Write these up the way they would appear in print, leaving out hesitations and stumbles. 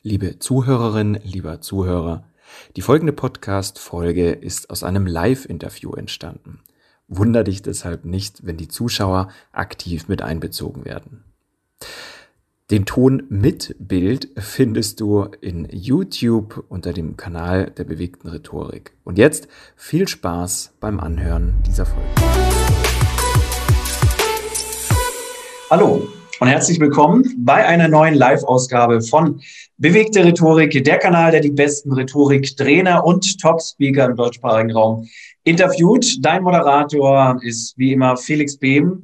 Liebe Zuhörerin, lieber Zuhörer, die folgende Podcast-Folge ist aus einem Live-Interview entstanden. Wunder dich deshalb nicht, wenn die Zuschauer aktiv mit einbezogen werden. Den Ton mit Bild findest du in YouTube unter dem Kanal der bewegten Rhetorik. Und jetzt viel Spaß beim Anhören dieser Folge. Hallo und herzlich willkommen bei einer neuen Live-Ausgabe von Bewegte Rhetorik, der Kanal, der die besten Rhetoriktrainer und Top-Speaker im deutschsprachigen Raum interviewt. Dein Moderator ist wie immer Felix Behm.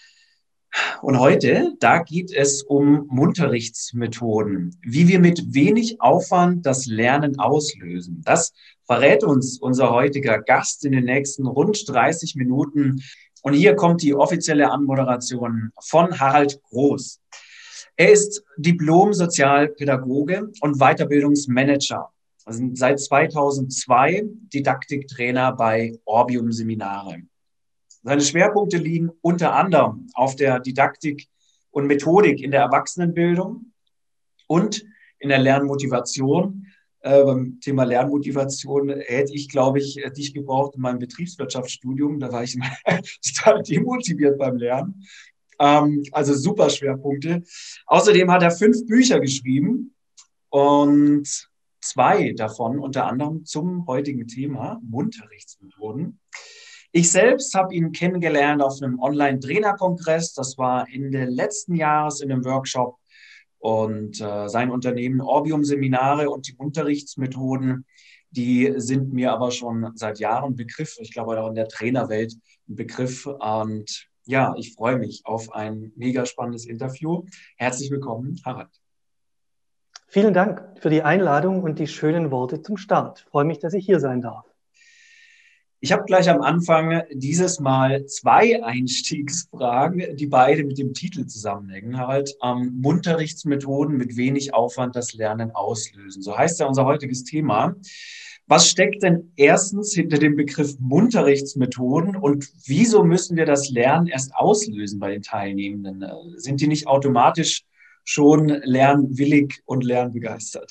Und heute, da geht es um Unterrichtsmethoden, wie wir mit wenig Aufwand das Lernen auslösen. Das verrät uns unser heutiger Gast in den nächsten rund 30 Minuten. Und hier kommt die offizielle Anmoderation von Harald Groß. Er ist Diplom-Sozialpädagoge und Weiterbildungsmanager. Also seit 2002 Didaktiktrainer bei Orbium Seminare. Seine Schwerpunkte liegen unter anderem auf der Didaktik und Methodik in der Erwachsenenbildung und in der Lernmotivation. Beim Thema Lernmotivation hätte ich, glaube ich, dich gebraucht in meinem Betriebswirtschaftsstudium. Da war ich total demotiviert beim Lernen. Also super Schwerpunkte. Außerdem hat er 5 Bücher geschrieben und 2 davon unter anderem zum heutigen Thema Unterrichtsmethoden. Ich selbst habe ihn kennengelernt auf einem Online-Trainerkongress. Das war Ende letzten Jahres in einem Workshop. Und sein Unternehmen Orbium Seminare und die Unterrichtsmethoden, die sind mir aber schon seit Jahren Begriff. Ich glaube auch in der Trainerwelt ein Begriff. Und ja, ich freue mich auf ein mega spannendes Interview. Herzlich willkommen, Harald. Vielen Dank für die Einladung und die schönen Worte zum Start. Ich freue mich, dass ich hier sein darf. Ich habe gleich am Anfang dieses Mal 2 Einstiegsfragen, die beide mit dem Titel zusammenhängen, Harald. Unterrichtsmethoden mit wenig Aufwand das Lernen auslösen. So heißt ja unser heutiges Thema. Was steckt denn erstens hinter dem Begriff Unterrichtsmethoden und wieso müssen wir das Lernen erst auslösen bei den Teilnehmenden? Sind die nicht automatisch schon lernwillig und lernbegeistert?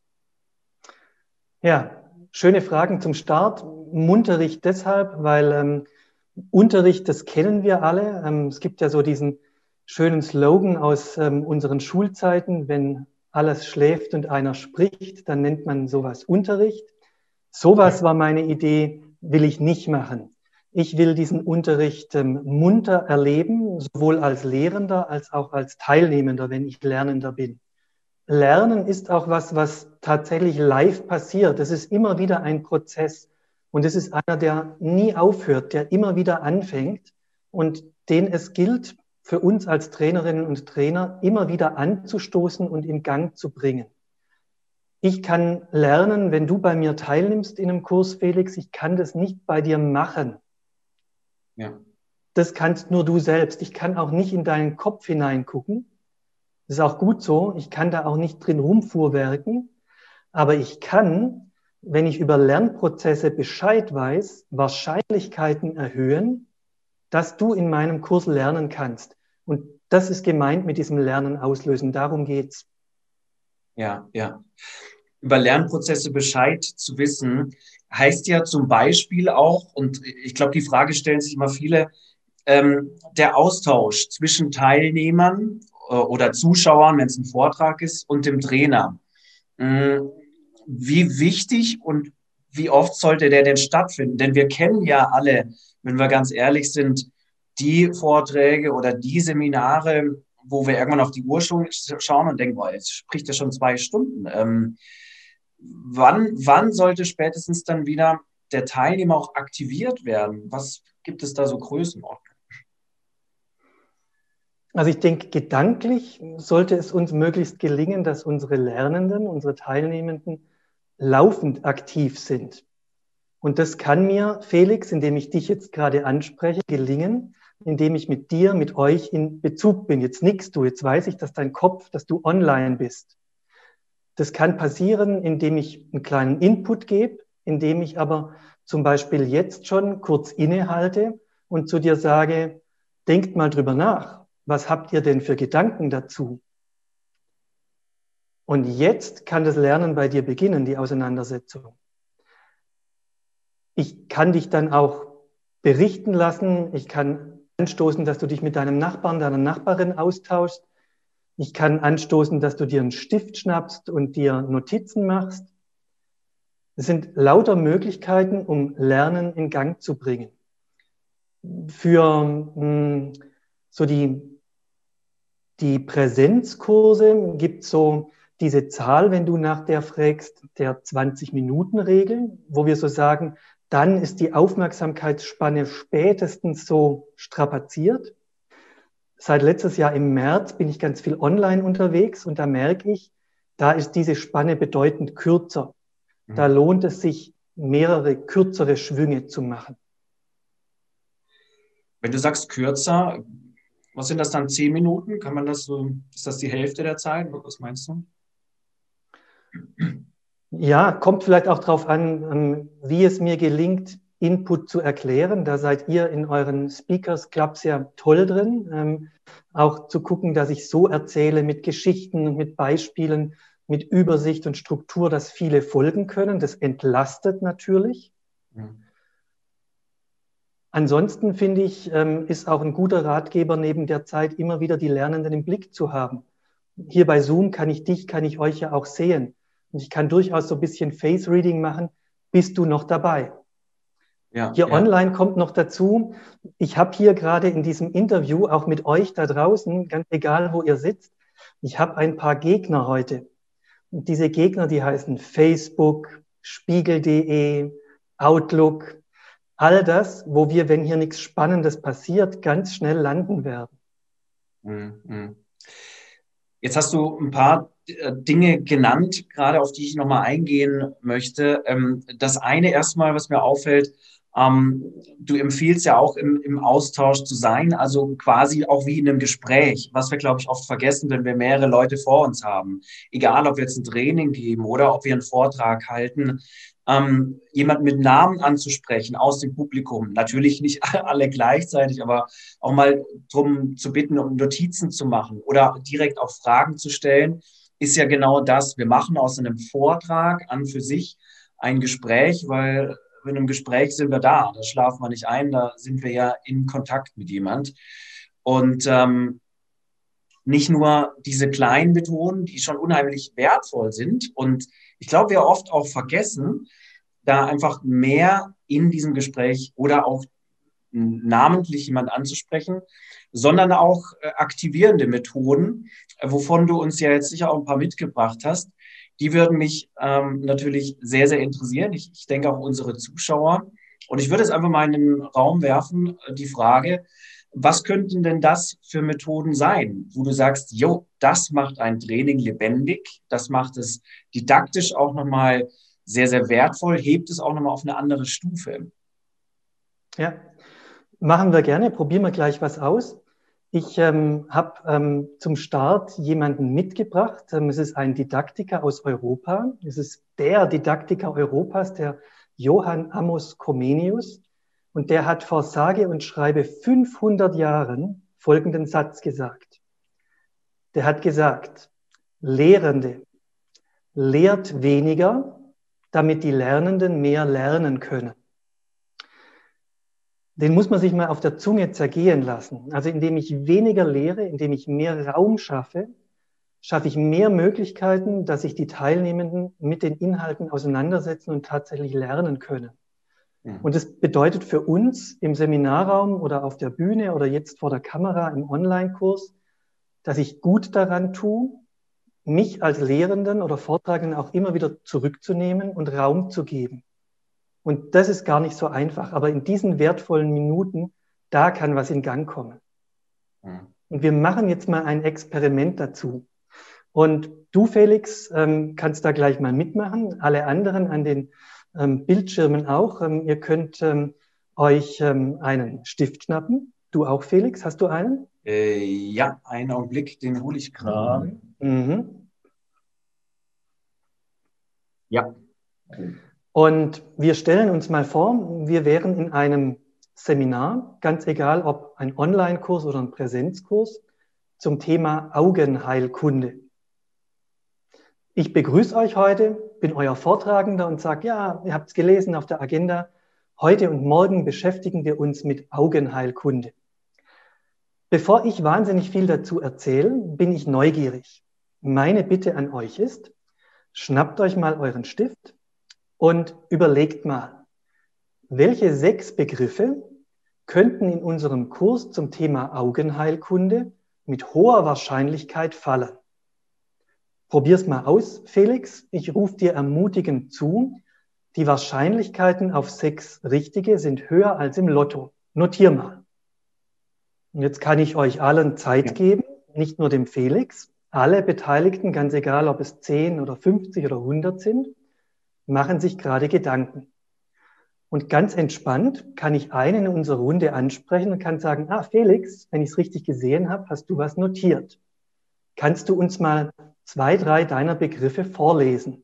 Ja, schöne Fragen zum Start. Unterricht deshalb, weil Unterricht, das kennen wir alle. Es gibt ja so diesen schönen Slogan aus unseren Schulzeiten: Wenn alles schläft und einer spricht, dann nennt man sowas Unterricht. Sowas war meine Idee, will ich nicht machen. Ich will diesen Unterricht munter erleben, sowohl als Lehrender als auch als Teilnehmender, wenn ich Lernender bin. Lernen ist auch was tatsächlich live passiert. Das ist immer wieder ein Prozess. Und es ist einer, der nie aufhört, der immer wieder anfängt und den es gilt, für uns als Trainerinnen und Trainer immer wieder anzustoßen und in Gang zu bringen. Ich kann lernen, wenn du bei mir teilnimmst in einem Kurs, Felix, ich kann das nicht bei dir machen. Ja. Das kannst nur du selbst. Ich kann auch nicht in deinen Kopf hineingucken. Das ist auch gut so. Ich kann da auch nicht drin rumfuhrwerken. Aber ich kann, wenn ich über Lernprozesse Bescheid weiß, Wahrscheinlichkeiten erhöhen, dass du in meinem Kurs lernen kannst. Und das ist gemeint mit diesem Lernen auslösen. Darum geht's. Ja. Über Lernprozesse Bescheid zu wissen, heißt ja zum Beispiel auch, und ich glaube, die Frage stellen sich immer viele, der Austausch zwischen Teilnehmern oder Zuschauern, wenn es ein Vortrag ist, und dem Trainer. Wie wichtig und wie oft sollte der denn stattfinden? Denn wir kennen ja alle, wenn wir ganz ehrlich sind, die Vorträge oder die Seminare, wo wir irgendwann auf die Uhr schauen und denken, boah, jetzt spricht er schon 2 Stunden. Wann sollte spätestens dann wieder der Teilnehmer auch aktiviert werden? Was gibt es da so Größenordnungen? Also ich denke, gedanklich sollte es uns möglichst gelingen, dass unsere Lernenden, unsere Teilnehmenden laufend aktiv sind. Und das kann mir, Felix, indem ich dich jetzt gerade anspreche, gelingen, indem ich mit dir, mit euch in Bezug bin. Jetzt nickst du, jetzt weiß ich, dass du online bist. Das kann passieren, indem ich einen kleinen Input gebe, indem ich aber zum Beispiel jetzt schon kurz innehalte und zu dir sage, denkt mal drüber nach. Was habt ihr denn für Gedanken dazu? Und jetzt kann das Lernen bei dir beginnen, die Auseinandersetzung. Ich kann dich dann auch berichten lassen. Ich kann anstoßen, dass du dich mit deinem Nachbarn, deiner Nachbarin austauschst. Ich kann anstoßen, dass du dir einen Stift schnappst und dir Notizen machst. Es sind lauter Möglichkeiten, um Lernen in Gang zu bringen. Für so die Präsenzkurse gibt es so diese Zahl, wenn du nach der fragst, der 20-Minuten-Regel, wo wir so sagen, dann ist die Aufmerksamkeitsspanne spätestens so strapaziert. Seit letztes Jahr im März bin ich ganz viel online unterwegs und da merke ich, da ist diese Spanne bedeutend kürzer. Da lohnt es sich, mehrere kürzere Schwünge zu machen. Wenn du sagst kürzer, was sind das dann, 10 Minuten? Kann man das so, ist das die Hälfte der Zeit? Was meinst du? Ja, kommt vielleicht auch darauf an, wie es mir gelingt, Input zu erklären. Da seid ihr in euren Speakers Clubs ja toll drin. Auch zu gucken, dass ich so erzähle mit Geschichten und mit Beispielen, mit Übersicht und Struktur, dass viele folgen können. Das entlastet natürlich. Ansonsten finde ich, ist auch ein guter Ratgeber neben der Zeit immer wieder die Lernenden im Blick zu haben. Hier bei Zoom kann ich euch ja auch sehen. Und ich kann durchaus so ein bisschen Face-Reading machen. Bist du noch dabei? Ja, hier online kommt noch dazu, ich habe hier gerade in diesem Interview auch mit euch da draußen, ganz egal wo ihr sitzt, ich habe ein paar Gegner heute. Und diese Gegner, die heißen Facebook, Spiegel.de, Outlook, all das, wo wir, wenn hier nichts Spannendes passiert, ganz schnell landen werden. Jetzt hast du ein paar Dinge genannt, gerade auf die ich nochmal eingehen möchte. Das eine erstmal, was mir auffällt, du empfiehlst ja auch im Austausch zu sein, also quasi auch wie in einem Gespräch, was wir, glaube ich, oft vergessen, wenn wir mehrere Leute vor uns haben. Egal, ob wir jetzt ein Training geben oder ob wir einen Vortrag halten, jemanden mit Namen anzusprechen aus dem Publikum. Natürlich nicht alle gleichzeitig, aber auch mal darum zu bitten, um Notizen zu machen oder direkt auch Fragen zu stellen, ist ja genau das. Wir machen aus einem Vortrag an für sich ein Gespräch, weil in einem Gespräch sind wir da schlafen wir nicht ein, da sind wir ja in Kontakt mit jemand. Und nicht nur diese kleinen Methoden, die schon unheimlich wertvoll sind. Und ich glaube, wir oft auch vergessen, da einfach mehr in diesem Gespräch oder auch namentlich jemand anzusprechen, sondern auch aktivierende Methoden, wovon du uns ja jetzt sicher auch ein paar mitgebracht hast. Die würden mich natürlich sehr, sehr interessieren. Ich denke auch unsere Zuschauer. Und ich würde es einfach mal in den Raum werfen, die Frage, was könnten denn das für Methoden sein, wo du sagst, jo, das macht ein Training lebendig, das macht es didaktisch auch nochmal sehr, sehr wertvoll, hebt es auch nochmal auf eine andere Stufe. Ja, machen wir gerne, probieren wir gleich was aus. Ich habe zum Start jemanden mitgebracht. Es ist ein Didaktiker aus Europa. Es ist der Didaktiker Europas, der Johann Amos Comenius. Und der hat vor sage und schreibe 500 Jahren folgenden Satz gesagt. Der hat gesagt, Lehrende, lehrt weniger, damit die Lernenden mehr lernen können. Den muss man sich mal auf der Zunge zergehen lassen. Also indem ich weniger lehre, indem ich mehr Raum schaffe, schaffe ich mehr Möglichkeiten, dass sich die Teilnehmenden mit den Inhalten auseinandersetzen und tatsächlich lernen können. Und das bedeutet für uns im Seminarraum oder auf der Bühne oder jetzt vor der Kamera im Online-Kurs, dass ich gut daran tue, mich als Lehrenden oder Vortragenden auch immer wieder zurückzunehmen und Raum zu geben. Und das ist gar nicht so einfach. Aber in diesen wertvollen Minuten, da kann was in Gang kommen. Und wir machen jetzt mal ein Experiment dazu. Und du, Felix, kannst da gleich mal mitmachen. Alle anderen an den Bildschirmen auch. Ihr könnt euch einen Stift schnappen. Du auch, Felix. Hast du einen? Ja, einen Augenblick, den hole ich gerade. Ja. Und wir stellen uns mal vor, wir wären in einem Seminar, ganz egal ob ein Online-Kurs oder ein Präsenzkurs, zum Thema Augenheilkunde. Ich begrüße euch heute, bin euer Vortragender und sage, ja, ihr habt es gelesen auf der Agenda. Heute und morgen beschäftigen wir uns mit Augenheilkunde. Bevor ich wahnsinnig viel dazu erzähle, bin ich neugierig. Meine Bitte an euch ist, schnappt euch mal euren Stift und überlegt mal, welche 6 Begriffe könnten in unserem Kurs zum Thema Augenheilkunde mit hoher Wahrscheinlichkeit fallen. Probier's mal aus, Felix. Ich rufe dir ermutigend zu. Die Wahrscheinlichkeiten auf 6 richtige sind höher als im Lotto. Notier mal. Und jetzt kann ich euch allen Zeit geben, nicht nur dem Felix. Alle Beteiligten, ganz egal, ob es 10 oder 50 oder 100 sind, machen sich gerade Gedanken. Und ganz entspannt kann ich einen in unserer Runde ansprechen und kann sagen, Felix, wenn ich es richtig gesehen habe, hast du was notiert. Kannst du uns mal 2, 3 deiner Begriffe vorlesen?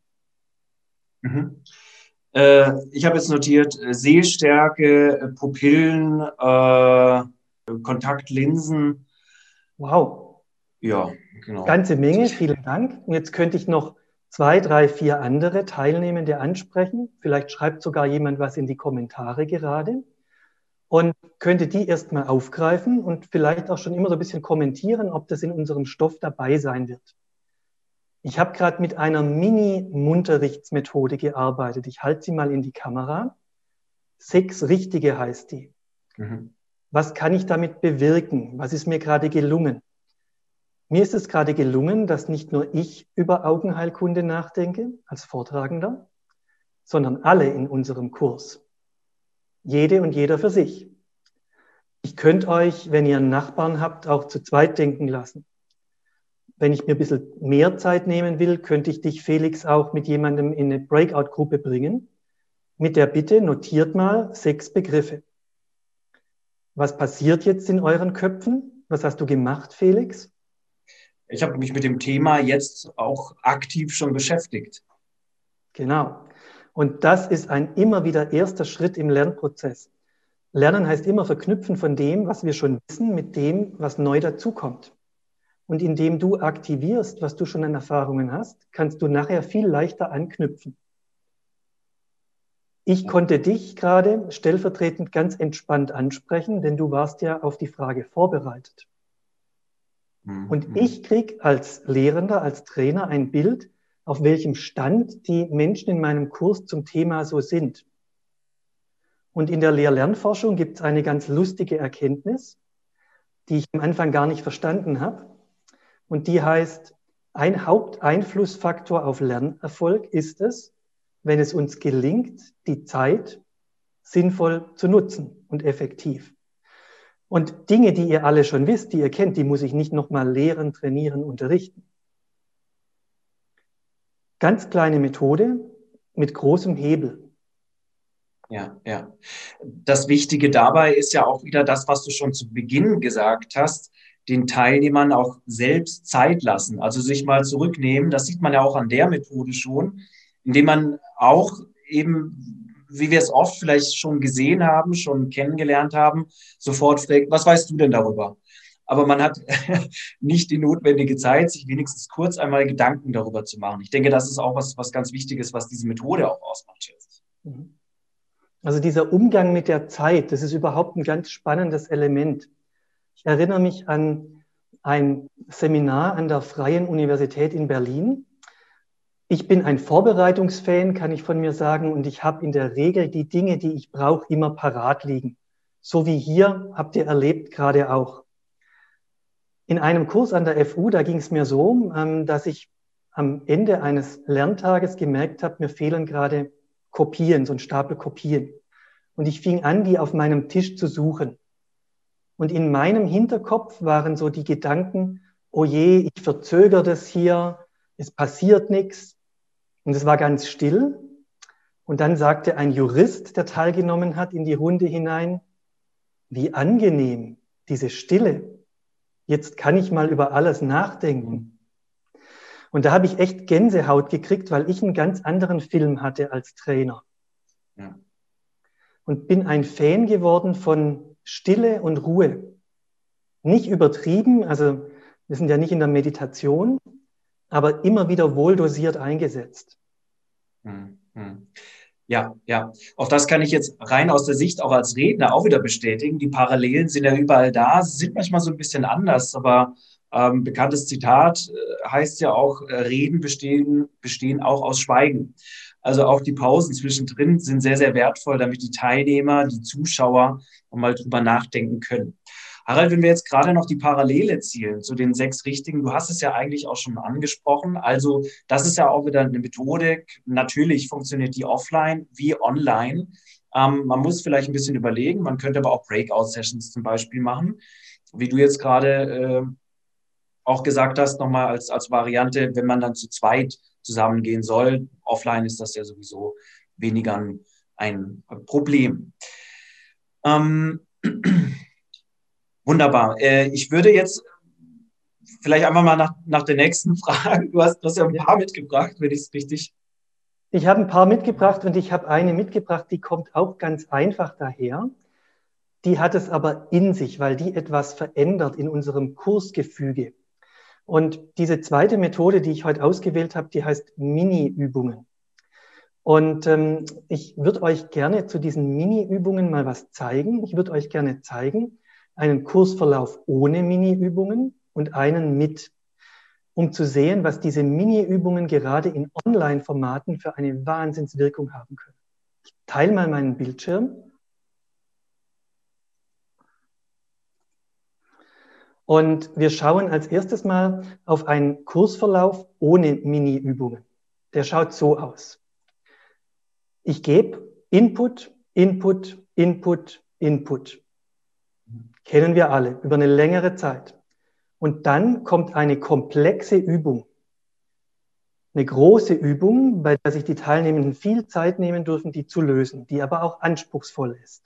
Ich habe jetzt notiert, Sehstärke, Pupillen, Kontaktlinsen. Wow. Ja, genau. Ganze Menge, vielen Dank. Und jetzt könnte ich noch 2, 3, 4 andere Teilnehmende ansprechen. Vielleicht schreibt sogar jemand was in die Kommentare gerade. Und könnte die erstmal aufgreifen und vielleicht auch schon immer so ein bisschen kommentieren, ob das in unserem Stoff dabei sein wird. Ich habe gerade mit einer Mini-Munterrichtsmethode gearbeitet. Ich halte sie mal in die Kamera. 6 richtige heißt die. Was kann ich damit bewirken? Was ist mir gerade gelungen? Mir ist es gerade gelungen, dass nicht nur ich über Augenheilkunde nachdenke als Vortragender, sondern alle in unserem Kurs. Jede und jeder für sich. Ich könnte euch, wenn ihr einen Nachbarn habt, auch zu zweit denken lassen. Wenn ich mir ein bisschen mehr Zeit nehmen will, könnte ich dich, Felix, auch mit jemandem in eine Breakout-Gruppe bringen. Mit der Bitte, notiert mal 6 Begriffe. Was passiert jetzt in euren Köpfen? Was hast du gemacht, Felix? Ich habe mich mit dem Thema jetzt auch aktiv schon beschäftigt. Genau. Und das ist ein immer wieder erster Schritt im Lernprozess. Lernen heißt immer verknüpfen von dem, was wir schon wissen, mit dem, was neu dazukommt. Und indem du aktivierst, was du schon an Erfahrungen hast, kannst du nachher viel leichter anknüpfen. Ich konnte dich gerade stellvertretend ganz entspannt ansprechen, denn du warst ja auf die Frage vorbereitet. Und ich kriege als Lehrender, als Trainer ein Bild, auf welchem Stand die Menschen in meinem Kurs zum Thema so sind. Und in der Lehr-Lernforschung gibt es eine ganz lustige Erkenntnis, die ich am Anfang gar nicht verstanden habe. Und die heißt, ein Haupteinflussfaktor auf Lernerfolg ist es, wenn es uns gelingt, die Zeit sinnvoll zu nutzen und effektiv. Und Dinge, die ihr alle schon wisst, die ihr kennt, die muss ich nicht nochmal lehren, trainieren, unterrichten. Ganz kleine Methode mit großem Hebel. Ja. Das Wichtige dabei ist ja auch wieder das, was du schon zu Beginn gesagt hast, den Teilnehmern auch selbst Zeit lassen, also sich mal zurücknehmen. Das sieht man ja auch an der Methode schon, indem man auch eben, wie wir es oft vielleicht schon gesehen haben, schon kennengelernt haben, sofort fragt, was weißt du denn darüber? Aber man hat nicht die notwendige Zeit, sich wenigstens kurz einmal Gedanken darüber zu machen. Ich denke, das ist auch was ganz Wichtiges, was diese Methode auch ausmacht jetzt. Also dieser Umgang mit der Zeit, das ist überhaupt ein ganz spannendes Element. Ich erinnere mich an ein Seminar an der Freien Universität in Berlin. Ich bin ein Vorbereitungsfan, kann ich von mir sagen, und ich habe in der Regel die Dinge, die ich brauche, immer parat liegen. So wie hier, habt ihr erlebt, gerade auch. In einem Kurs an der FU, da ging es mir so, dass ich am Ende eines Lerntages gemerkt habe, mir fehlen gerade Kopien, so ein Stapel Kopien. Und ich fing an, die auf meinem Tisch zu suchen. Und in meinem Hinterkopf waren so die Gedanken, oh je, ich verzögere das hier, es passiert nichts. Und es war ganz still. Und dann sagte ein Jurist, der teilgenommen hat, in die Runde hinein, wie angenehm, diese Stille. Jetzt kann ich mal über alles nachdenken. Und da habe ich echt Gänsehaut gekriegt, weil ich einen ganz anderen Film hatte als Trainer. Ja. Und bin ein Fan geworden von Stille und Ruhe. Nicht übertrieben, also wir sind ja nicht in der Meditation, aber immer wieder wohldosiert eingesetzt. Ja, ja. Auch das kann ich jetzt rein aus der Sicht auch als Redner auch wieder bestätigen. Die Parallelen sind ja überall da. Sie sind manchmal so ein bisschen anders, aber bekanntes Zitat heißt ja auch, Reden bestehen auch aus Schweigen. Also auch die Pausen zwischendrin sind sehr, sehr wertvoll, damit die Teilnehmer, die Zuschauer mal drüber nachdenken können. Harald, wenn wir jetzt gerade noch die Parallele ziehen zu den 6 Richtigen, du hast es ja eigentlich auch schon angesprochen. Also das ist ja auch wieder eine Methodik. Natürlich funktioniert die offline wie online. Man muss vielleicht ein bisschen überlegen. Man könnte aber auch Breakout-Sessions zum Beispiel machen, wie du jetzt gerade auch gesagt hast, nochmal als Variante, wenn man dann zu zweit zusammengehen soll. Offline ist das ja sowieso weniger ein Problem. Wunderbar. Ich würde jetzt vielleicht einfach mal nach der nächsten Frage. Du hast ja ein paar mitgebracht, wenn ich es richtig. Ich habe ein paar mitgebracht und ich habe eine mitgebracht, die kommt auch ganz einfach daher. Die hat es aber in sich, weil die etwas verändert in unserem Kursgefüge. Und diese zweite Methode, die ich heute ausgewählt habe, die heißt Mini-Übungen. Und ich würde euch gerne zu diesen Mini-Übungen mal was zeigen. Ich würde euch gerne zeigen, einen Kursverlauf ohne Mini-Übungen und einen mit, um zu sehen, was diese Mini-Übungen gerade in Online-Formaten für eine Wahnsinnswirkung haben können. Ich teile mal meinen Bildschirm. Und wir schauen als erstes mal auf einen Kursverlauf ohne Mini-Übungen. Der schaut so aus. Ich gebe Input, Input, Input, Input. Kennen wir alle über eine längere Zeit. Und dann kommt eine komplexe Übung. Eine große Übung, bei der sich die Teilnehmenden viel Zeit nehmen dürfen, die zu lösen, die aber auch anspruchsvoll ist.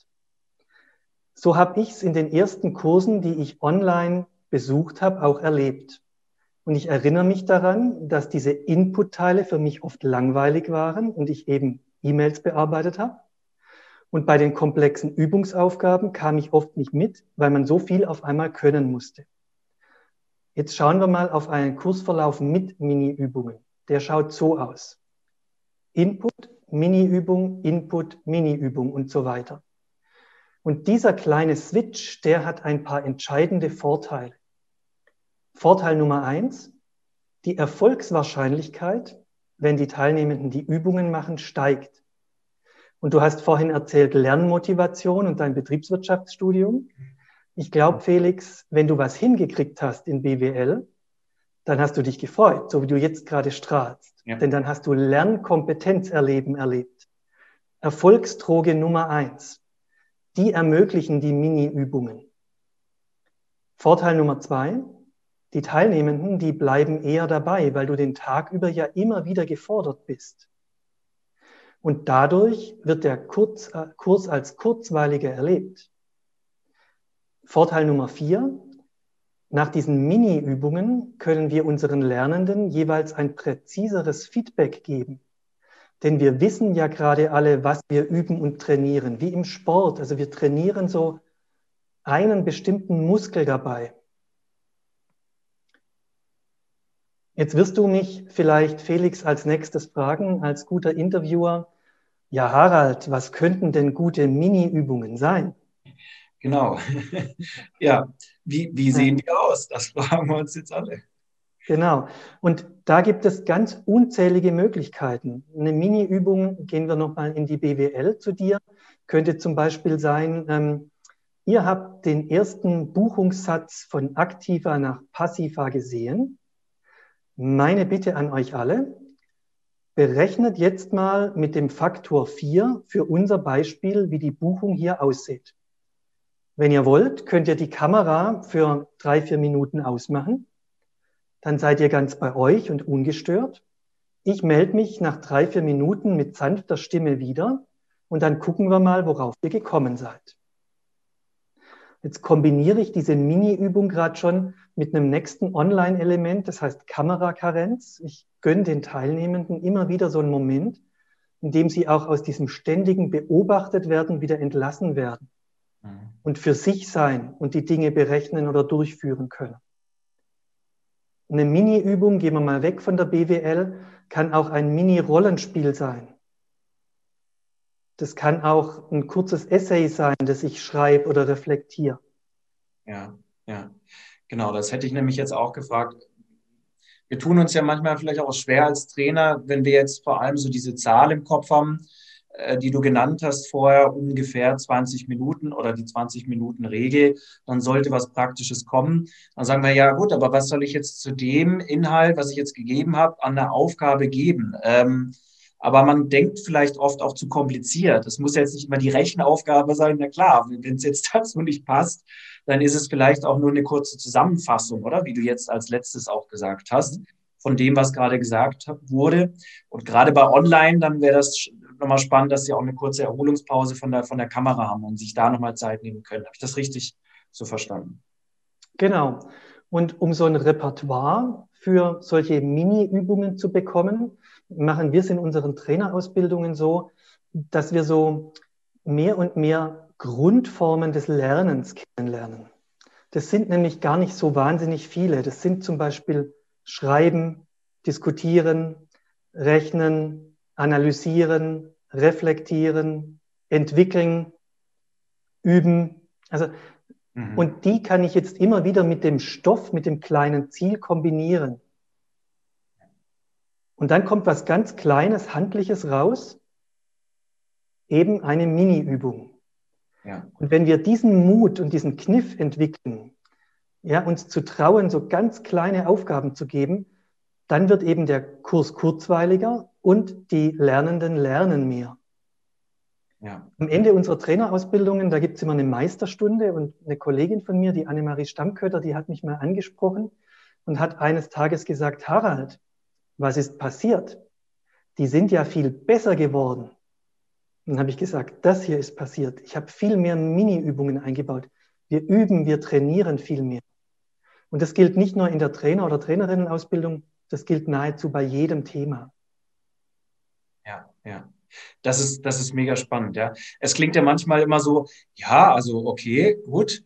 So habe ich es in den ersten Kursen, die ich online besucht habe, auch erlebt. Und ich erinnere mich daran, dass diese Input-Teile für mich oft langweilig waren und ich eben E-Mails bearbeitet habe. Und bei den komplexen Übungsaufgaben kam ich oft nicht mit, weil man so viel auf einmal können musste. Jetzt schauen wir mal auf einen Kursverlauf mit Mini-Übungen. Der schaut so aus. Input, Mini-Übung, Input, Mini-Übung und so weiter. Und dieser kleine Switch, der hat ein paar entscheidende Vorteile. Vorteil Nummer 1, die Erfolgswahrscheinlichkeit, wenn die Teilnehmenden die Übungen machen, steigt. Und du hast vorhin erzählt, Lernmotivation und dein Betriebswirtschaftsstudium. Ich glaube, Felix, wenn du was hingekriegt hast in BWL, dann hast du dich gefreut, so wie du jetzt gerade strahlst. Ja. Denn dann hast du Lernkompetenzerleben erlebt. Erfolgsdroge Nummer 1. Die ermöglichen die Mini-Übungen. Vorteil Nummer 2. Die Teilnehmenden, die bleiben eher dabei, weil du den Tag über ja immer wieder gefordert bist. Und dadurch wird der Kurs als kurzweiliger erlebt. Vorteil Nummer 4. Nach diesen Mini-Übungen können wir unseren Lernenden jeweils ein präziseres Feedback geben. Denn wir wissen ja gerade alle, was wir üben und trainieren, wie im Sport. Also wir trainieren so einen bestimmten Muskel dabei. Jetzt wirst du mich vielleicht, Felix, als nächstes fragen, als guter Interviewer, ja Harald, was könnten denn gute Mini-Übungen sein? Genau. Ja, wie sehen die aus? Das fragen wir uns jetzt alle. Genau. Und da gibt es ganz unzählige Möglichkeiten. Eine Mini-Übung, gehen wir nochmal in die BWL zu dir, könnte zum Beispiel sein, ihr habt den ersten Buchungssatz von aktiver nach passiver gesehen. Meine Bitte an euch alle, berechnet jetzt mal mit dem Faktor 4 für unser Beispiel, wie die Buchung hier aussieht. Wenn ihr wollt, könnt ihr die Kamera für 3-4 Minuten ausmachen. Dann seid ihr ganz bei euch und ungestört. Ich melde mich nach 3-4 Minuten mit sanfter Stimme wieder und dann gucken wir mal, worauf ihr gekommen seid. Jetzt kombiniere ich diese Mini-Übung gerade schon mit einem nächsten Online-Element, das heißt Kamerakarenz. Ich gönne den Teilnehmenden immer wieder so einen Moment, in dem sie auch aus diesem ständigen beobachtet werden, wieder entlassen werden und für sich sein und die Dinge berechnen oder durchführen können. eine Mini-Übung, gehen wir mal weg von der BWL, kann auch ein Mini-Rollenspiel sein. Das kann auch ein kurzes Essay sein, das ich schreibe oder reflektiere. Ja, ja, genau. Das hätte ich nämlich jetzt auch gefragt. Wir tun uns ja manchmal vielleicht auch schwer als Trainer, wenn wir jetzt vor allem so diese Zahl im Kopf haben, die du genannt hast vorher, ungefähr 20 Minuten oder die 20-Minuten-Regel, dann sollte was Praktisches kommen. Dann sagen wir, ja gut, aber was soll ich jetzt zu dem Inhalt, was ich jetzt gegeben habe, an der Aufgabe geben? Aber man denkt vielleicht oft auch zu kompliziert. Es muss ja jetzt nicht immer die Rechenaufgabe sein. Na klar, wenn es jetzt dazu nicht passt, dann ist es vielleicht auch nur eine kurze Zusammenfassung, oder? Wie du jetzt als letztes auch gesagt hast, von dem, was gerade gesagt wurde. Und gerade bei Online, dann wäre das nochmal spannend, dass sie auch eine kurze Erholungspause von der Kamera haben und sich da nochmal Zeit nehmen können. Habe ich das richtig so verstanden? Genau. Und um so ein Repertoire für solche Mini-Übungen zu bekommen, machen wir es in unseren Trainerausbildungen so, dass wir so mehr und mehr Grundformen des Lernens kennenlernen. Das sind nämlich gar nicht so wahnsinnig viele. Das sind zum Beispiel Schreiben, Diskutieren, Rechnen, Analysieren, Reflektieren, Entwickeln, Üben. Also, und die kann ich jetzt immer wieder mit dem Stoff, mit dem kleinen Ziel kombinieren. Und dann kommt was ganz Kleines, Handliches raus, eben eine Mini-Übung. Ja. Und wenn wir diesen Mut und diesen Kniff entwickeln, ja, uns zu trauen, so ganz kleine Aufgaben zu geben, dann wird eben der Kurs kurzweiliger und die Lernenden lernen mehr. Ja. Am Ende unserer Trainerausbildungen, da gibt es immer eine Meisterstunde und eine Kollegin von mir, die Annemarie Stammkötter, die hat mich mal angesprochen und hat eines Tages gesagt, Harald, was ist passiert? Die sind ja viel besser geworden. Und dann habe ich gesagt, das hier ist passiert. Ich habe viel mehr Mini-Übungen eingebaut. Wir üben, wir trainieren viel mehr. Und das gilt nicht nur in der Trainer- oder Trainerinnenausbildung, das gilt nahezu bei jedem Thema. Ja, ja. Das ist mega spannend, ja. Es klingt ja manchmal immer so, ja, also okay, gut,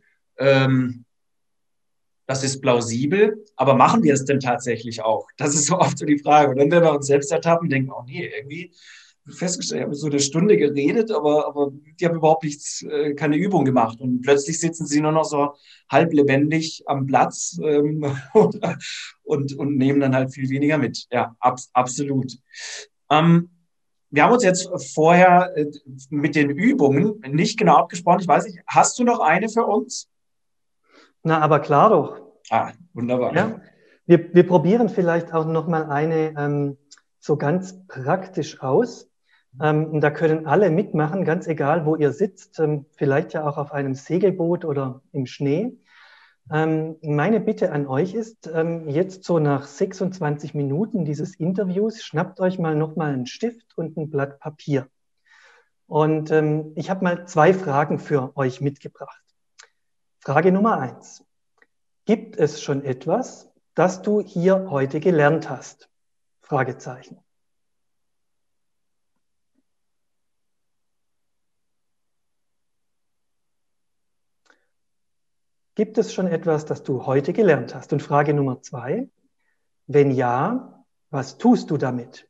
das ist plausibel, aber machen wir es denn tatsächlich auch? Das ist so oft so die Frage. Und dann, wenn wir uns selbst ertappen, denken, oh nee, irgendwie festgestellt, ich habe so eine Stunde geredet, aber die haben überhaupt nichts, keine Übung gemacht. Und plötzlich sitzen sie nur noch so halb lebendig am Platz und nehmen dann halt viel weniger mit. Ja, absolut. Wir haben uns jetzt vorher mit den Übungen nicht genau abgesprochen. Ich weiß nicht, hast du noch eine für uns? Na, aber klar doch. Ah, wunderbar. Ja, wir probieren vielleicht auch noch mal eine so ganz praktisch aus. Und da können alle mitmachen, ganz egal, wo ihr sitzt. Vielleicht ja auch auf einem Segelboot oder im Schnee. Meine Bitte an euch ist, jetzt so nach 26 Minuten dieses Interviews, schnappt euch mal noch mal einen Stift und ein Blatt Papier. Und ich habe mal 2 Fragen für euch mitgebracht. Frage Nummer 1. Gibt es schon etwas, das du hier heute gelernt hast? Fragezeichen. Gibt es schon etwas, das du heute gelernt hast? Und Frage Nummer 2. Wenn ja, was tust du damit?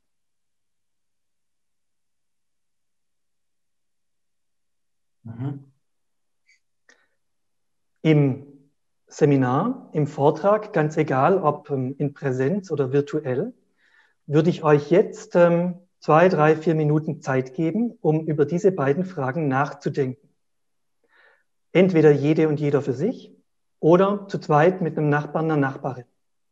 Im Seminar, im Vortrag, ganz egal, ob in Präsenz oder virtuell, würde ich euch jetzt 2, 3, 4 Minuten Zeit geben, um über diese beiden Fragen nachzudenken. Entweder jede und jeder für sich oder zu zweit mit einem Nachbarn, einer Nachbarin.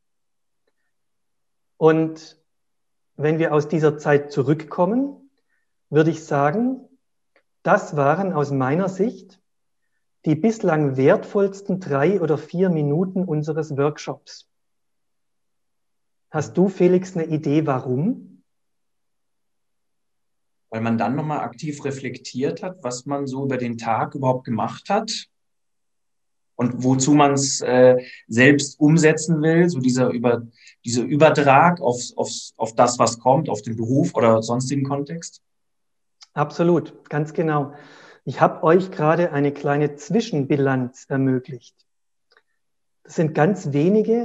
Und wenn wir aus dieser Zeit zurückkommen, würde ich sagen, das waren aus meiner Sicht die bislang wertvollsten 3 oder 4 Minuten unseres Workshops. Hast du, Felix, eine Idee, warum? Weil man dann nochmal aktiv reflektiert hat, was man so über den Tag überhaupt gemacht hat und wozu man es selbst umsetzen will, so dieser Übertrag auf das, was kommt, auf den Beruf oder sonstigen Kontext. Absolut, ganz genau. Ich habe euch gerade eine kleine Zwischenbilanz ermöglicht. Das sind ganz wenige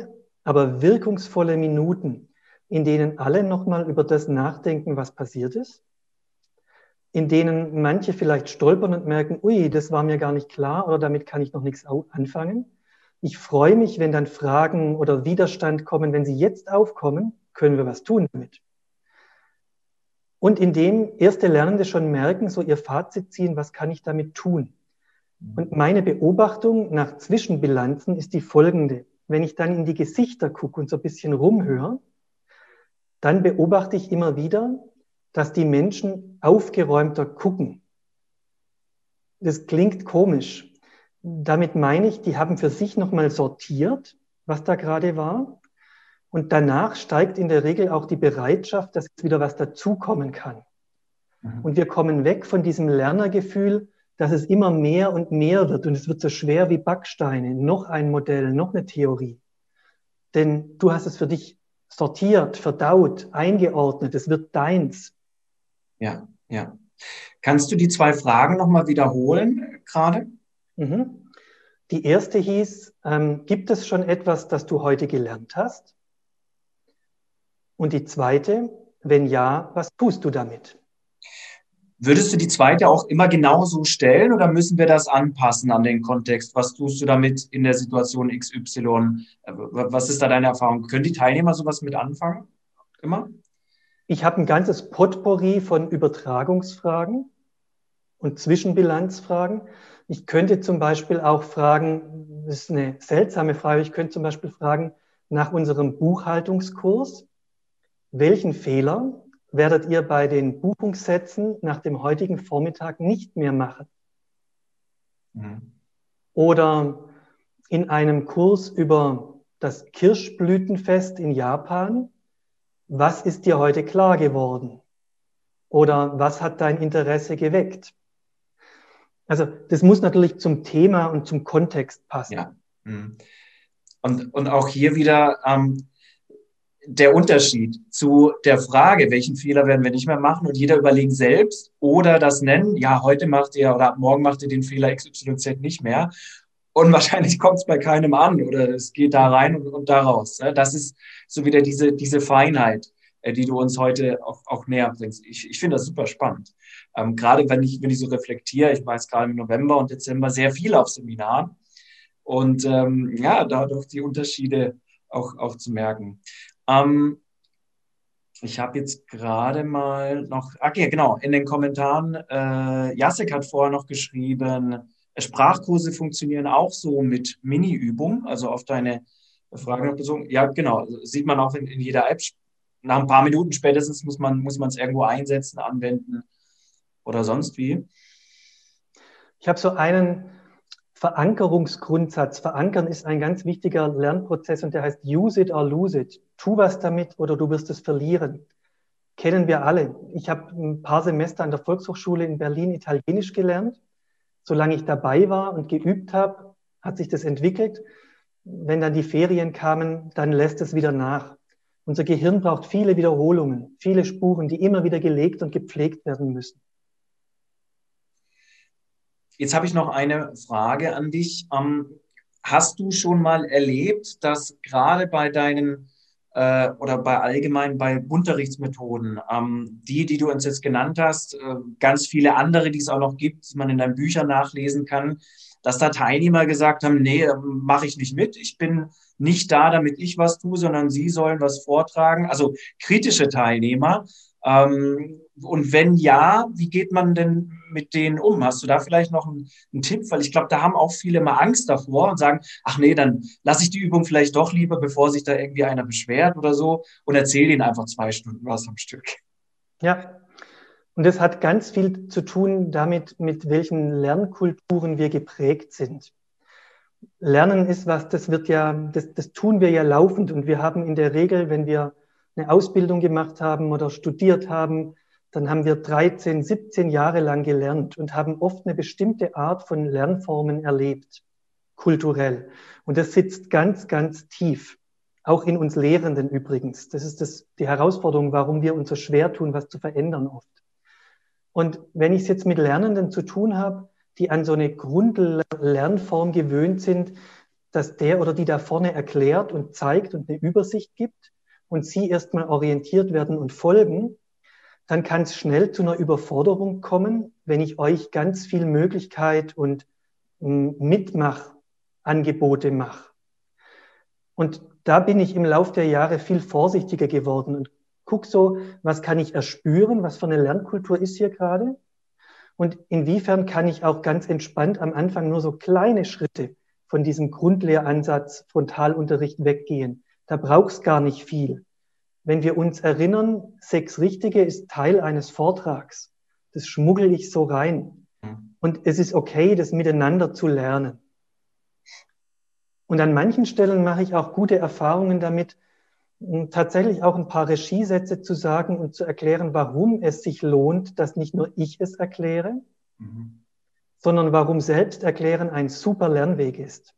aber wirkungsvolle Minuten, in denen alle nochmal über das nachdenken, was passiert ist, in denen manche vielleicht stolpern und merken, ui, das war mir gar nicht klar oder damit kann ich noch nichts anfangen. Ich freue mich, wenn dann Fragen oder Widerstand kommen. Wenn sie jetzt aufkommen, können wir was tun damit. Und indem erste Lernende schon merken, so ihr Fazit ziehen, was kann ich damit tun? Und meine Beobachtung nach Zwischenbilanzen ist die folgende. Wenn ich dann in die Gesichter gucke und so ein bisschen rumhöre, dann beobachte ich immer wieder, dass die Menschen aufgeräumter gucken. Das klingt komisch. Damit meine ich, die haben für sich nochmal sortiert, was da gerade war. Und danach steigt in der Regel auch die Bereitschaft, dass wieder was dazukommen kann. Und wir kommen weg von diesem Lernergefühl, dass es immer mehr und mehr wird. Und es wird so schwer wie Backsteine. Noch ein Modell, noch eine Theorie. Denn du hast es für dich sortiert, verdaut, eingeordnet. Es wird deins. Ja, ja. Kannst du die 2 Fragen nochmal wiederholen gerade? Die erste hieß, gibt es schon etwas, das du heute gelernt hast? Und die zweite, wenn ja, was tust du damit? Würdest du die zweite auch immer genauso stellen oder müssen wir das anpassen an den Kontext? Was tust du damit in der Situation XY? Was ist da deine Erfahrung? Können die Teilnehmer sowas mit anfangen? Immer? Ich habe ein ganzes Potpourri von Übertragungsfragen und Zwischenbilanzfragen. Ich könnte zum Beispiel auch fragen, das ist eine seltsame Frage, ich könnte zum Beispiel fragen nach unserem Buchhaltungskurs, welchen Fehler werdet ihr bei den Buchungssätzen nach dem heutigen Vormittag nicht mehr machen? Oder in einem Kurs über das Kirschblütenfest in Japan, was ist dir heute klar geworden? Oder was hat dein Interesse geweckt? Also das muss natürlich zum Thema und zum Kontext passen. Ja. Und auch hier wieder der Unterschied zu der Frage, welchen Fehler werden wir nicht mehr machen und jeder überlegt selbst oder das nennen, ja, heute macht ihr oder ab morgen macht ihr den Fehler XYZ nicht mehr und wahrscheinlich kommt es bei keinem an oder es geht da rein und da raus. Das ist so wieder diese Feinheit, die du uns heute auch näher bringst. Ich finde das super spannend. Gerade wenn ich so reflektiere, ich war jetzt gerade im November und Dezember sehr viel auf Seminaren und ja, dadurch die Unterschiede auch zu merken. Ich habe jetzt gerade mal noch, okay, genau, in den Kommentaren, Jacek hat vorher noch geschrieben, Sprachkurse funktionieren auch so mit Mini-Übung, also auf deine Frage noch bezogen. Ja, genau, sieht man auch in jeder App. Nach ein paar Minuten spätestens muss man es irgendwo einsetzen, anwenden oder sonst wie. Ich habe so einen Verankerungsgrundsatz. Verankern ist ein ganz wichtiger Lernprozess und der heißt use it or lose it. Tu was damit oder du wirst es verlieren. Kennen wir alle. Ich habe ein paar Semester an der Volkshochschule in Berlin Italienisch gelernt. Solange ich dabei war und geübt habe, hat sich das entwickelt. Wenn dann die Ferien kamen, dann lässt es wieder nach. Unser Gehirn braucht viele Wiederholungen, viele Spuren, die immer wieder gelegt und gepflegt werden müssen. Jetzt habe ich noch eine Frage an dich. Hast du schon mal erlebt, dass gerade bei deinen oder bei allgemein bei Unterrichtsmethoden, die du uns jetzt genannt hast, ganz viele andere, die es auch noch gibt, die man in deinen Büchern nachlesen kann, dass da Teilnehmer gesagt haben, nee, mache ich nicht mit, ich bin nicht da, damit ich was tue, sondern sie sollen was vortragen, also kritische Teilnehmer. Und wenn ja, wie geht man denn mit denen um? Hast du da vielleicht noch einen Tipp? Weil ich glaube, da haben auch viele mal Angst davor und sagen, ach nee, dann lasse ich die Übung vielleicht doch lieber, bevor sich da irgendwie einer beschwert oder so und erzähle ihnen einfach 2 Stunden was am Stück. Ja, und das hat ganz viel zu tun damit, mit welchen Lernkulturen wir geprägt sind. Lernen ist was, das tun wir ja laufend und wir haben in der Regel, wenn wir eine Ausbildung gemacht haben oder studiert haben, dann haben wir 13, 17 Jahre lang gelernt und haben oft eine bestimmte Art von Lernformen erlebt, kulturell. Und das sitzt ganz, ganz tief, auch in uns Lehrenden übrigens. Das ist die Herausforderung, warum wir uns so schwer tun, was zu verändern oft. Und wenn ich es jetzt mit Lernenden zu tun habe, die an so eine Grundlernform gewöhnt sind, dass der oder die da vorne erklärt und zeigt und eine Übersicht gibt und Sie erstmal orientiert werden und folgen, dann kann es schnell zu einer Überforderung kommen, wenn ich euch ganz viel Möglichkeit und Mitmachangebote mache. Und da bin ich im Laufe der Jahre viel vorsichtiger geworden und gucke so, was kann ich erspüren, was für eine Lernkultur ist hier gerade und inwiefern kann ich auch ganz entspannt am Anfang nur so kleine Schritte von diesem Grundlehransatz Frontalunterricht weggehen. Da braucht es gar nicht viel. Wenn wir uns erinnern, 6 Richtige ist Teil eines Vortrags. Das schmuggel ich so rein. Und es ist okay, das miteinander zu lernen. Und an manchen Stellen mache ich auch gute Erfahrungen damit, tatsächlich auch ein paar Regiesätze zu sagen und zu erklären, warum es sich lohnt, dass nicht nur ich es erkläre, sondern warum Selbsterklären ein super Lernweg ist.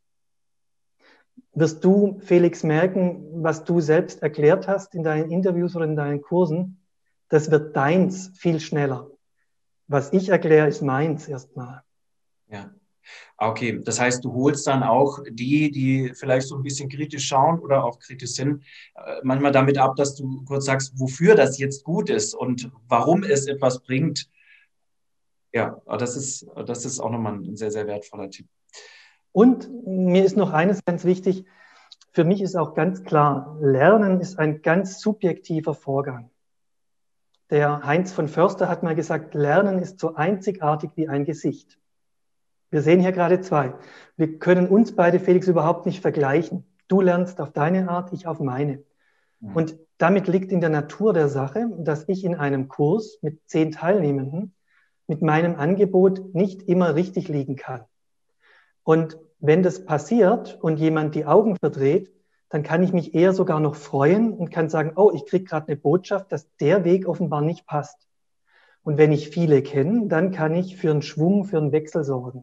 Wirst du, Felix, merken, was du selbst erklärt hast in deinen Interviews oder in deinen Kursen, das wird deins viel schneller. Was ich erkläre, ist meins erstmal. Ja. Okay, das heißt, du holst dann auch die vielleicht so ein bisschen kritisch schauen oder auch kritisch sind, manchmal damit ab, dass du kurz sagst, wofür das jetzt gut ist und warum es etwas bringt. Ja, das ist auch nochmal ein sehr, sehr wertvoller Tipp. Und mir ist noch eines ganz wichtig. Für mich ist auch ganz klar, Lernen ist ein ganz subjektiver Vorgang. Der Heinz von Förster hat mal gesagt, Lernen ist so einzigartig wie ein Gesicht. Wir sehen hier gerade 2. Wir können uns beide, Felix, überhaupt nicht vergleichen. Du lernst auf deine Art, ich auf meine. Und damit liegt in der Natur der Sache, dass ich in einem Kurs mit 10 Teilnehmenden mit meinem Angebot nicht immer richtig liegen kann. Und wenn das passiert und jemand die Augen verdreht, dann kann ich mich eher sogar noch freuen und kann sagen, oh, ich kriege gerade eine Botschaft, dass der Weg offenbar nicht passt. Und wenn ich viele kenne, dann kann ich für einen Schwung, für einen Wechsel sorgen.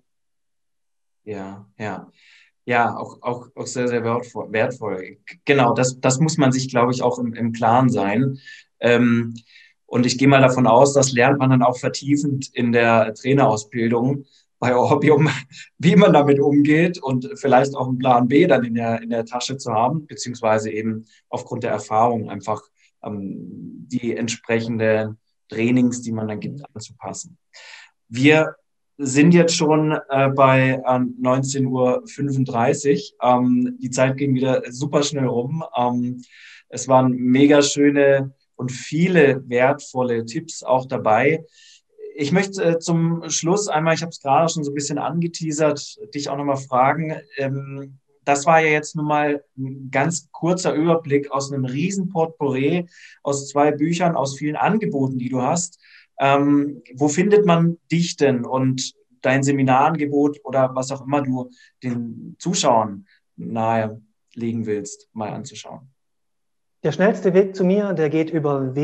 Ja, auch sehr, sehr wertvoll. Genau, das muss man sich, glaube ich, auch im Klaren sein. Und ich gehe mal davon aus, das lernt man dann auch vertiefend in der Trainerausbildung bei Orbium, wie man damit umgeht und vielleicht auch einen Plan B dann in der Tasche zu haben, beziehungsweise eben aufgrund der Erfahrung einfach die entsprechenden Trainings, die man dann gibt, anzupassen. Wir sind jetzt schon bei 19:35 Uhr. Die Zeit ging wieder super schnell rum. Es waren mega schöne und viele wertvolle Tipps auch dabei. Ich möchte zum Schluss einmal, ich habe es gerade schon so ein bisschen angeteasert, dich auch nochmal fragen. Das war ja jetzt nun mal ein ganz kurzer Überblick aus einem riesen Potpourri, aus 2 Büchern, aus vielen Angeboten, die du hast. Wo findet man dich denn und dein Seminarangebot oder was auch immer du den Zuschauern nahelegen willst, mal anzuschauen? Der schnellste Weg zu mir, der geht über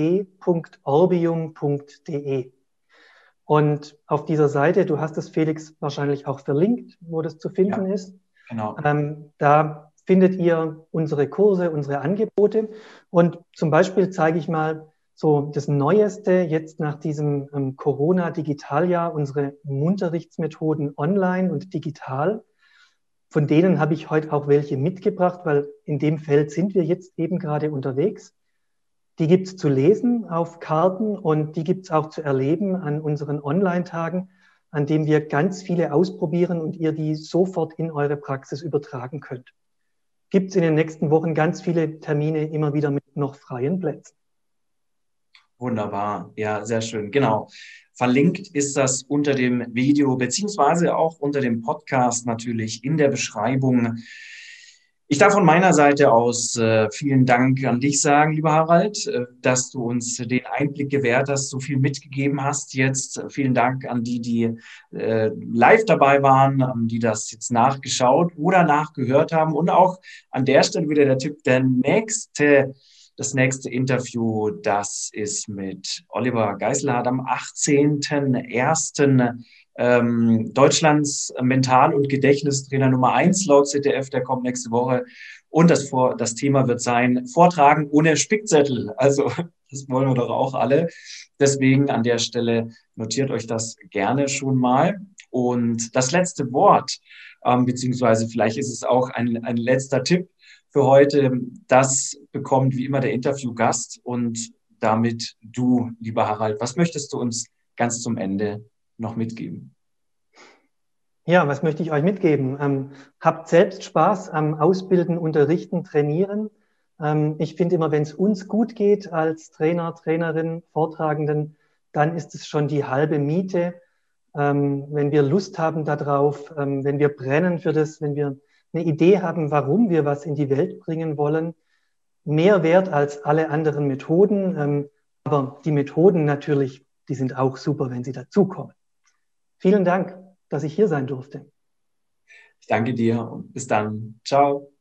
www.orbium.de. Und auf dieser Seite, du hast es, Felix, wahrscheinlich auch verlinkt, wo das zu finden ist. Genau. Da findet ihr unsere Kurse, unsere Angebote. Und zum Beispiel zeige ich mal so das Neueste jetzt nach diesem Corona-Digitaljahr, unsere Unterrichtsmethoden online und digital. Von denen habe ich heute auch welche mitgebracht, weil in dem Feld sind wir jetzt eben gerade unterwegs. Die gibt es zu lesen auf Karten und die gibt es auch zu erleben an unseren Online-Tagen, an dem wir ganz viele ausprobieren und ihr die sofort in eure Praxis übertragen könnt. Gibt es in den nächsten Wochen ganz viele Termine immer wieder mit noch freien Plätzen. Wunderbar, ja, sehr schön, genau. Verlinkt ist das unter dem Video beziehungsweise auch unter dem Podcast natürlich in der Beschreibung. Ich darf von meiner Seite aus vielen Dank an dich sagen, lieber Harald, dass du uns den Einblick gewährt hast, so viel mitgegeben hast jetzt. Vielen Dank an die live dabei waren, die das jetzt nachgeschaut oder nachgehört haben. Und auch an der Stelle wieder der Tipp, das nächste Interview, das ist mit Oliver Geisselhardt am 18.01. Deutschlands Mental- und Gedächtnistrainer Nummer 1 laut ZDF, der kommt nächste Woche. Und das Thema wird sein, Vortragen ohne Spickzettel. Also das wollen wir doch auch alle. Deswegen an der Stelle notiert euch das gerne schon mal. Und das letzte Wort, beziehungsweise vielleicht ist es auch ein letzter Tipp für heute, das bekommt wie immer der Interviewgast und damit du, lieber Harald. Was möchtest du uns ganz zum Ende noch mitgeben? Ja, was möchte ich euch mitgeben? Habt selbst Spaß am Ausbilden, Unterrichten, Trainieren. Ich finde immer, wenn es uns gut geht als Trainer, Trainerin, Vortragenden, dann ist es schon die halbe Miete. Wenn wir Lust haben darauf, wenn wir brennen für das, wenn wir eine Idee haben, warum wir was in die Welt bringen wollen, mehr wert als alle anderen Methoden. Aber die Methoden natürlich, die sind auch super, wenn sie dazukommen. Vielen Dank, dass ich hier sein durfte. Ich danke dir und bis dann. Ciao.